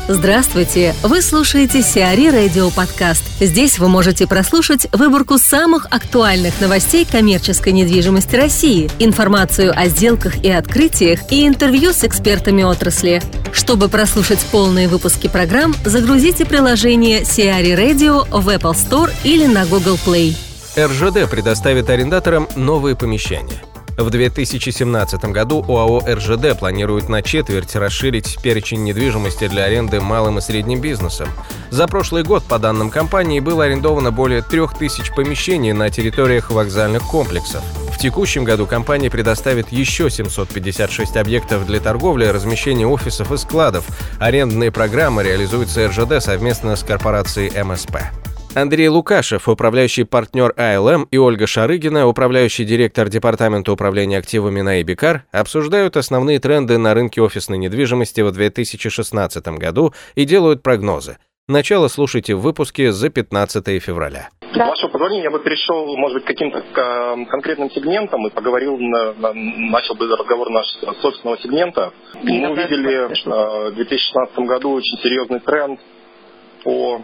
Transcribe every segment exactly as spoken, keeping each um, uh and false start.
Здравствуйте! Вы слушаете Сиари Радио Подкаст. Здесь вы можете прослушать выборку самых актуальных новостей коммерческой недвижимости России, информацию о сделках и открытиях и интервью с экспертами отрасли. Чтобы прослушать полные выпуски программ, загрузите приложение Сиари Radio в Apple Store или на Google Play. эр жэ дэ предоставит арендаторам новые помещения. В две тысячи семнадцатом году ОАО эр жэ дэ планирует на четверть расширить перечень недвижимости для аренды малым и средним бизнесом. За прошлый год, по данным компании, было арендовано более трех тысяч помещений на территориях вокзальных комплексов. В текущем году компания предоставит еще семьсот пятьдесят шесть объектов для торговли, размещения офисов и складов. Арендные программы реализуются эр жэ дэ совместно с корпорацией эм эс пэ. Андрей Лукашев, управляющий партнер а эл эм, и Ольга Шарыгина, управляющий директор департамента управления активами на Эбикар, обсуждают основные тренды на рынке офисной недвижимости в две тысячи шестнадцатом году и делают прогнозы. Начало слушайте в выпуске за пятнадцатое февраля. С вашего позволения, я бы перешел, может быть, к каким-то к конкретным сегментам и поговорил, на, на, начал бы разговор нашего собственного сегмента. Мы увидели в две тысячи шестнадцатом году очень серьезный тренд по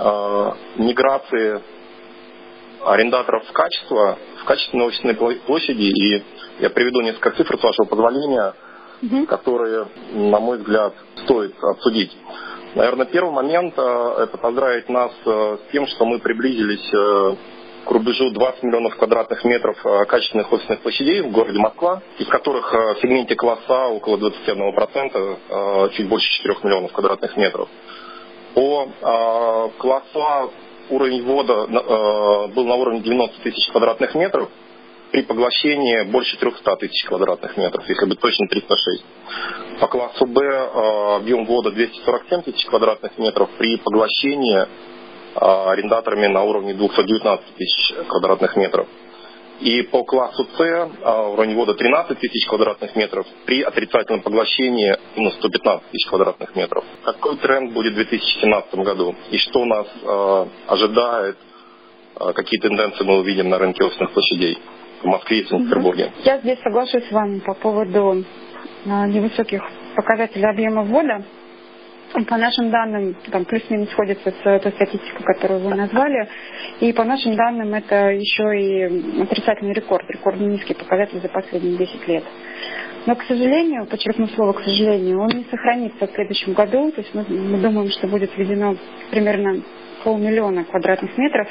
миграции арендаторов в качество, в качественной офисной площади. И я приведу несколько цифр, с вашего позволения, угу. которые, на мой взгляд, стоит обсудить. Наверное, первый момент – это поздравить нас с тем, что мы приблизились к рубежу двадцать миллионов квадратных метров качественных офисных площадей в городе Москва, из которых в сегменте класса около двадцать один процент, чуть больше четырёх миллионов квадратных метров. По э, классу А уровень ввода э, был на уровне девяносто тысяч квадратных метров, при поглощении больше триста тысяч квадратных метров, если быть точно триста шесть. По классу Б э, объем ввода двести сорок семь тысяч квадратных метров, при поглощении э, арендаторами на уровне двести девятнадцать тысяч квадратных метров. И по классу С э, уровень ввода тринадцать тысяч квадратных метров, при отрицательном поглощении минус сто пятнадцать тысяч квадратных метров. Какой тренд будет в две тысячи семнадцатом году? И что нас э, ожидает? Э, какие тенденции мы увидим на рынке офисных площадей в Москве и Санкт-Петербурге? Я здесь соглашусь с вами по поводу э, невысоких показателей объема ввода. По нашим данным, там плюс-минус сходится с той статистикой, которую вы назвали. И по нашим данным, это еще и отрицательный рекорд, рекордно низкий показатель за последние десять лет. Но, к сожалению, подчеркну слово «к сожалению», он не сохранится в следующем году. То есть мы, мы думаем, что будет введено примерно полмиллиона квадратных метров.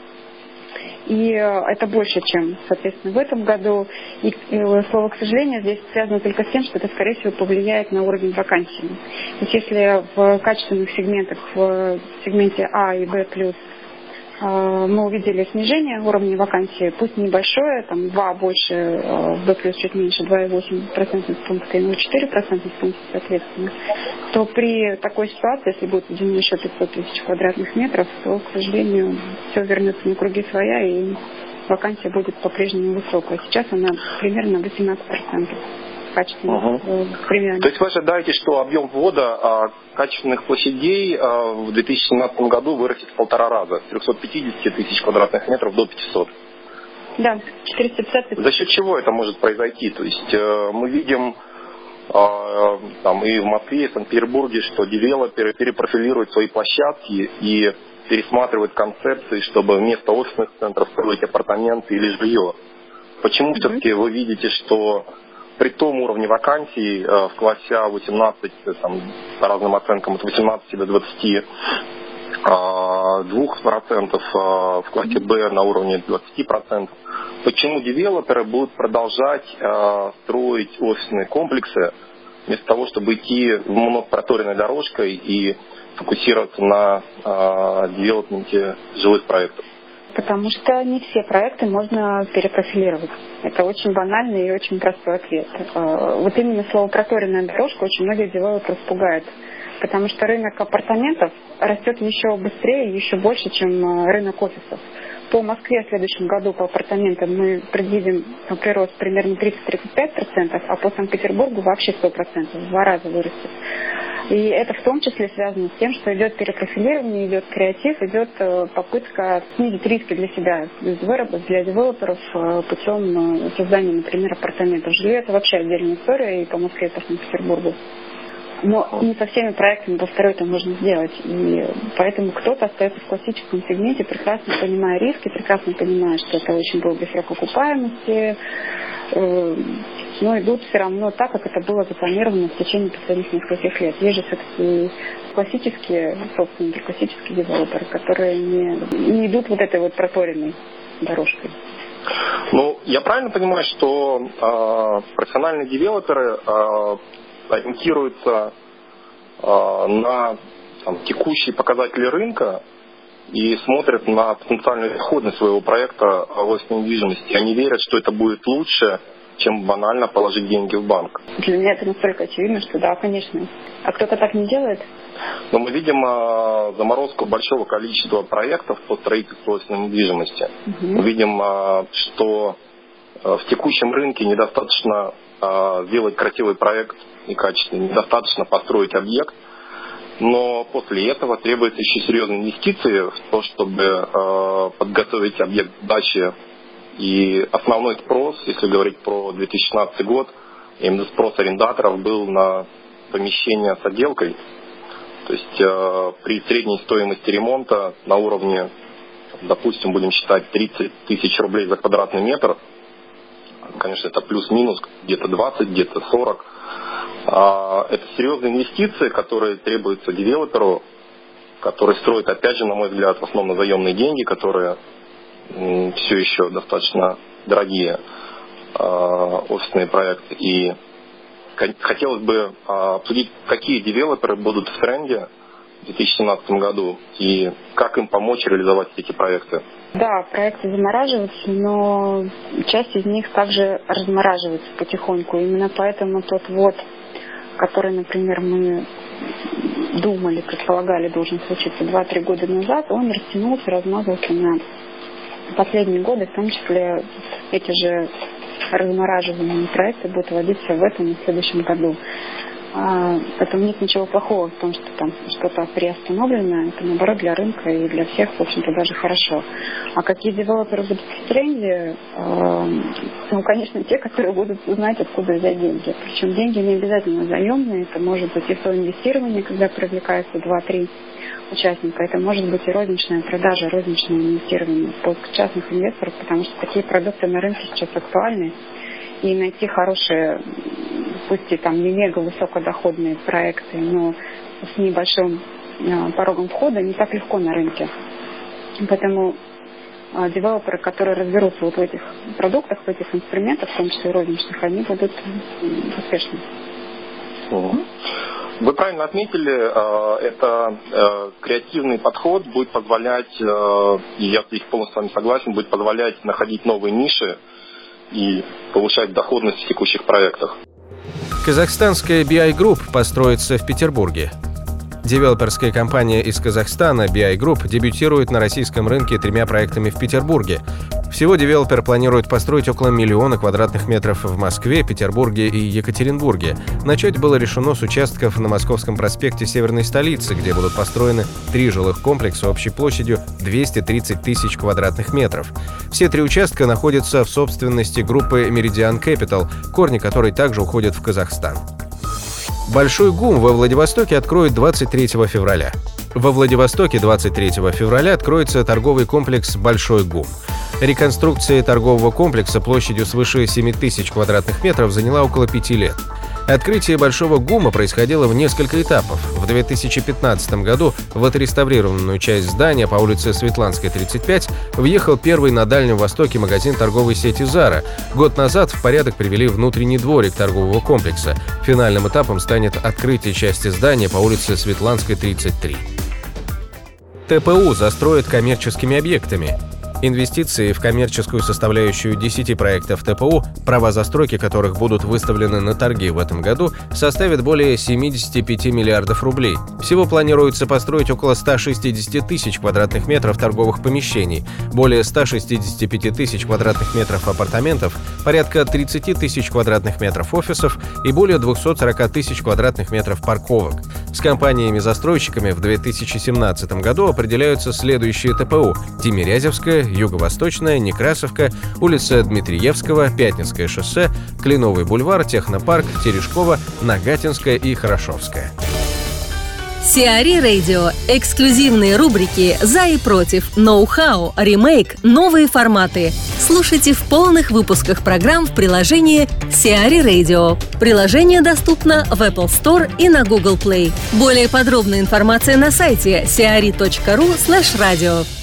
И это больше, чем, соответственно, в этом году. И, и слово «к сожалению» здесь связано только с тем, что это, скорее всего, повлияет на уровень вакансий. То есть если в качественных сегментах, в сегменте А и Б плюс, мы увидели снижение уровня вакансии, пусть небольшое, там два больше, в Б плюс чуть меньше, два и восемь процентных пункта и ноль целых четыре процентных пункта, соответственно, то при такой ситуации, если будет введено еще пятьсот тысяч квадратных метров, то, к сожалению, все вернется на круги своя, и вакансия будет по-прежнему высокая. Сейчас она примерно восемнадцать процентов. Качественных, угу. примерно. То есть вы ожидаете, что объем ввода а, качественных площадей а, в две тысячи семнадцатом году вырастет в полтора раза, с трехсот пятидесяти тысяч квадратных метров до пятисот? Да, четыреста пятьдесят тысяч. За счет чего это может произойти? То есть э, мы видим э, там, и в Москве, и в Санкт-Петербурге, что девелоперы перепрофилируют свои площадки и пересматривают концепции, чтобы вместо офисных центров строить апартаменты или жилье. Почему mm-hmm. все-таки вы видите, что при том уровне вакансий э, в классе А восемнадцать, там, по разным оценкам от восемнадцати до двадцати двух процентов, э, в классе Б на уровне двадцати процентов, почему девелоперы будут продолжать э, строить офисные комплексы вместо того, чтобы идти в многопроторенной дорожкой и фокусироваться на э, девелопменте жилых проектов? Потому что не все проекты можно перепрофилировать. Это очень банальный и очень простой ответ. Вот именно слово «проторенная дорожка» очень многих девелоперов пугает. Потому что рынок апартаментов растет еще быстрее и еще больше, чем рынок офисов. По Москве в следующем году по апартаментам мы предвидим прирост примерно тридцать-тридцать пять процентов, а по Санкт-Петербургу вообще сто процентов, в два раза вырастет. И это в том числе связано с тем, что идет перепрофилирование, идет креатив, идет попытка снизить риски для себя, для девелоперов путем создания, например, апартаментов. Жилье — это вообще отдельная история и по Москве, и по Санкт-Петербургу. Но не со всеми проектами, повторю, это можно сделать. И поэтому кто-то остается в классическом сегменте, прекрасно понимая риски, прекрасно понимая, что это очень долгий срок окупаемости, но идут все равно так, как это было запланировано в течение последних нескольких лет. Есть же все-таки классические собственники, классические девелоперы, которые не, не идут вот этой вот проторенной дорожкой. Ну, я правильно понимаю, что э, профессиональные девелоперы э, ориентируются э, на там, текущие показатели рынка и смотрят на потенциальную доходность своего проекта в офисной недвижимости. Они верят, что это будет лучше, чем банально положить деньги в банк. Для меня это настолько очевидно, что да, конечно. А кто-то так не делает? Но мы видим э, заморозку большого количества проектов по строительству офисной недвижимости. Угу. Мы видим, э, что э, в текущем рынке недостаточно э, сделать красивый проект и качественный, недостаточно построить объект. Но после этого требуется еще серьезные инвестиции в то, чтобы э, подготовить объект дачи. И основной спрос, если говорить про две тысячи шестнадцатый год, именно спрос арендаторов был на помещение с отделкой. То есть э, при средней стоимости ремонта на уровне, допустим, будем считать тридцать тысяч рублей за квадратный метр, конечно, это плюс-минус где-то двадцать, где-то сорок. А, это серьезные инвестиции, которые требуются девелоперу, который строит, опять же, на мой взгляд, в основном на заемные деньги, которые м, все еще достаточно дорогие э, офисные проекты. И хотелось бы обсудить, какие девелоперы будут в тренде в две тысячи семнадцатом году и как им помочь реализовать эти проекты. Да, проекты замораживаются, но часть из них также размораживается потихоньку. Именно поэтому тот ввод, который, например, мы думали, предполагали, должен случиться два-три года назад, он растянулся, размазался на последние годы, в том числе эти же размораживаемые проекты будут вводиться в этом и в следующем году. А, поэтому нет ничего плохого в том, что там что-то приостановлено. Это, наоборот, для рынка и для всех, в общем-то, даже хорошо. А какие девелоперы будут в тренде? А, ну, конечно, те, которые будут знать, откуда взять деньги. Причем деньги не обязательно заемные. Это может быть и соинвестирование, когда привлекается два-три участника. Это может быть и розничная продажа, розничное инвестирование, поиск частных инвесторов, потому что такие продукты на рынке сейчас актуальны. И найти хорошие, пусть и там не мега высокодоходные проекты, но с небольшим э, порогом входа не так легко на рынке. Поэтому э, девелоперы, которые разберутся вот в этих продуктах, в этих инструментах, в том числе розничных, они будут э, успешны. Вы правильно отметили, э, это э, креативный подход будет позволять, э, и я здесь полностью с вами согласен, будет позволять находить новые ниши и повышать доходность в текущих проектах. Казахстанская би ай Group построится в Петербурге. Девелоперская компания из Казахстана би ай Group дебютирует на российском рынке тремя проектами в Петербурге. Всего девелопер планирует построить около миллиона квадратных метров в Москве, Петербурге и Екатеринбурге. Начать было решено с участков на Московском проспекте Северной столицы, где будут построены три жилых комплекса общей площадью двести тридцать тысяч квадратных метров. Все три участка находятся в собственности группы Meridian Capital, корни которой также уходят в Казахстан. Большой ГУМ во Владивостоке откроют двадцать третьего февраля. Во Владивостоке двадцать третьего февраля откроется торговый комплекс «Большой ГУМ». Реконструкция торгового комплекса площадью свыше семь тысяч квадратных метров заняла около пяти лет. Открытие Большого ГУМа происходило в несколько этапов. В две тысячи пятнадцатом году в отреставрированную часть здания по улице Светланской, тридцать пять въехал первый на Дальнем Востоке магазин торговой сети «Зара». Год назад в порядок привели внутренний дворик торгового комплекса. Финальным этапом станет открытие части здания по улице Светланской, тридцать три. ТПУ застроят коммерческими объектами. Инвестиции в коммерческую составляющую десяти проектов ТПУ, права застройки которых будут выставлены на торги в этом году, составят более семидесяти пяти миллиардов рублей. Всего планируется построить около ста шестидесяти тысяч квадратных метров торговых помещений, более ста шестидесяти пяти тысяч квадратных метров апартаментов, порядка тридцати тысяч квадратных метров офисов и более двухсот сорока тысяч квадратных метров парковок. С компаниями-застройщиками в две тысячи семнадцатом году определяются следующие ТПУ: Тимирязевская, Юго-Восточная, Некрасовка, улица Дмитриевского, Пятницкое шоссе, Кленовый бульвар, Технопарк, Терешкова, Нагатинская и Хорошевская. Сиари Radio. Эксклюзивные рубрики «За и против», «Ноу-хау», «Ремейк», «Новые форматы». Слушайте в полных выпусках программ в приложении Сиари Radio. Приложение доступно в Apple Store и на Google Play. Более подробная информация на сайте сиари точка ру слэш радио.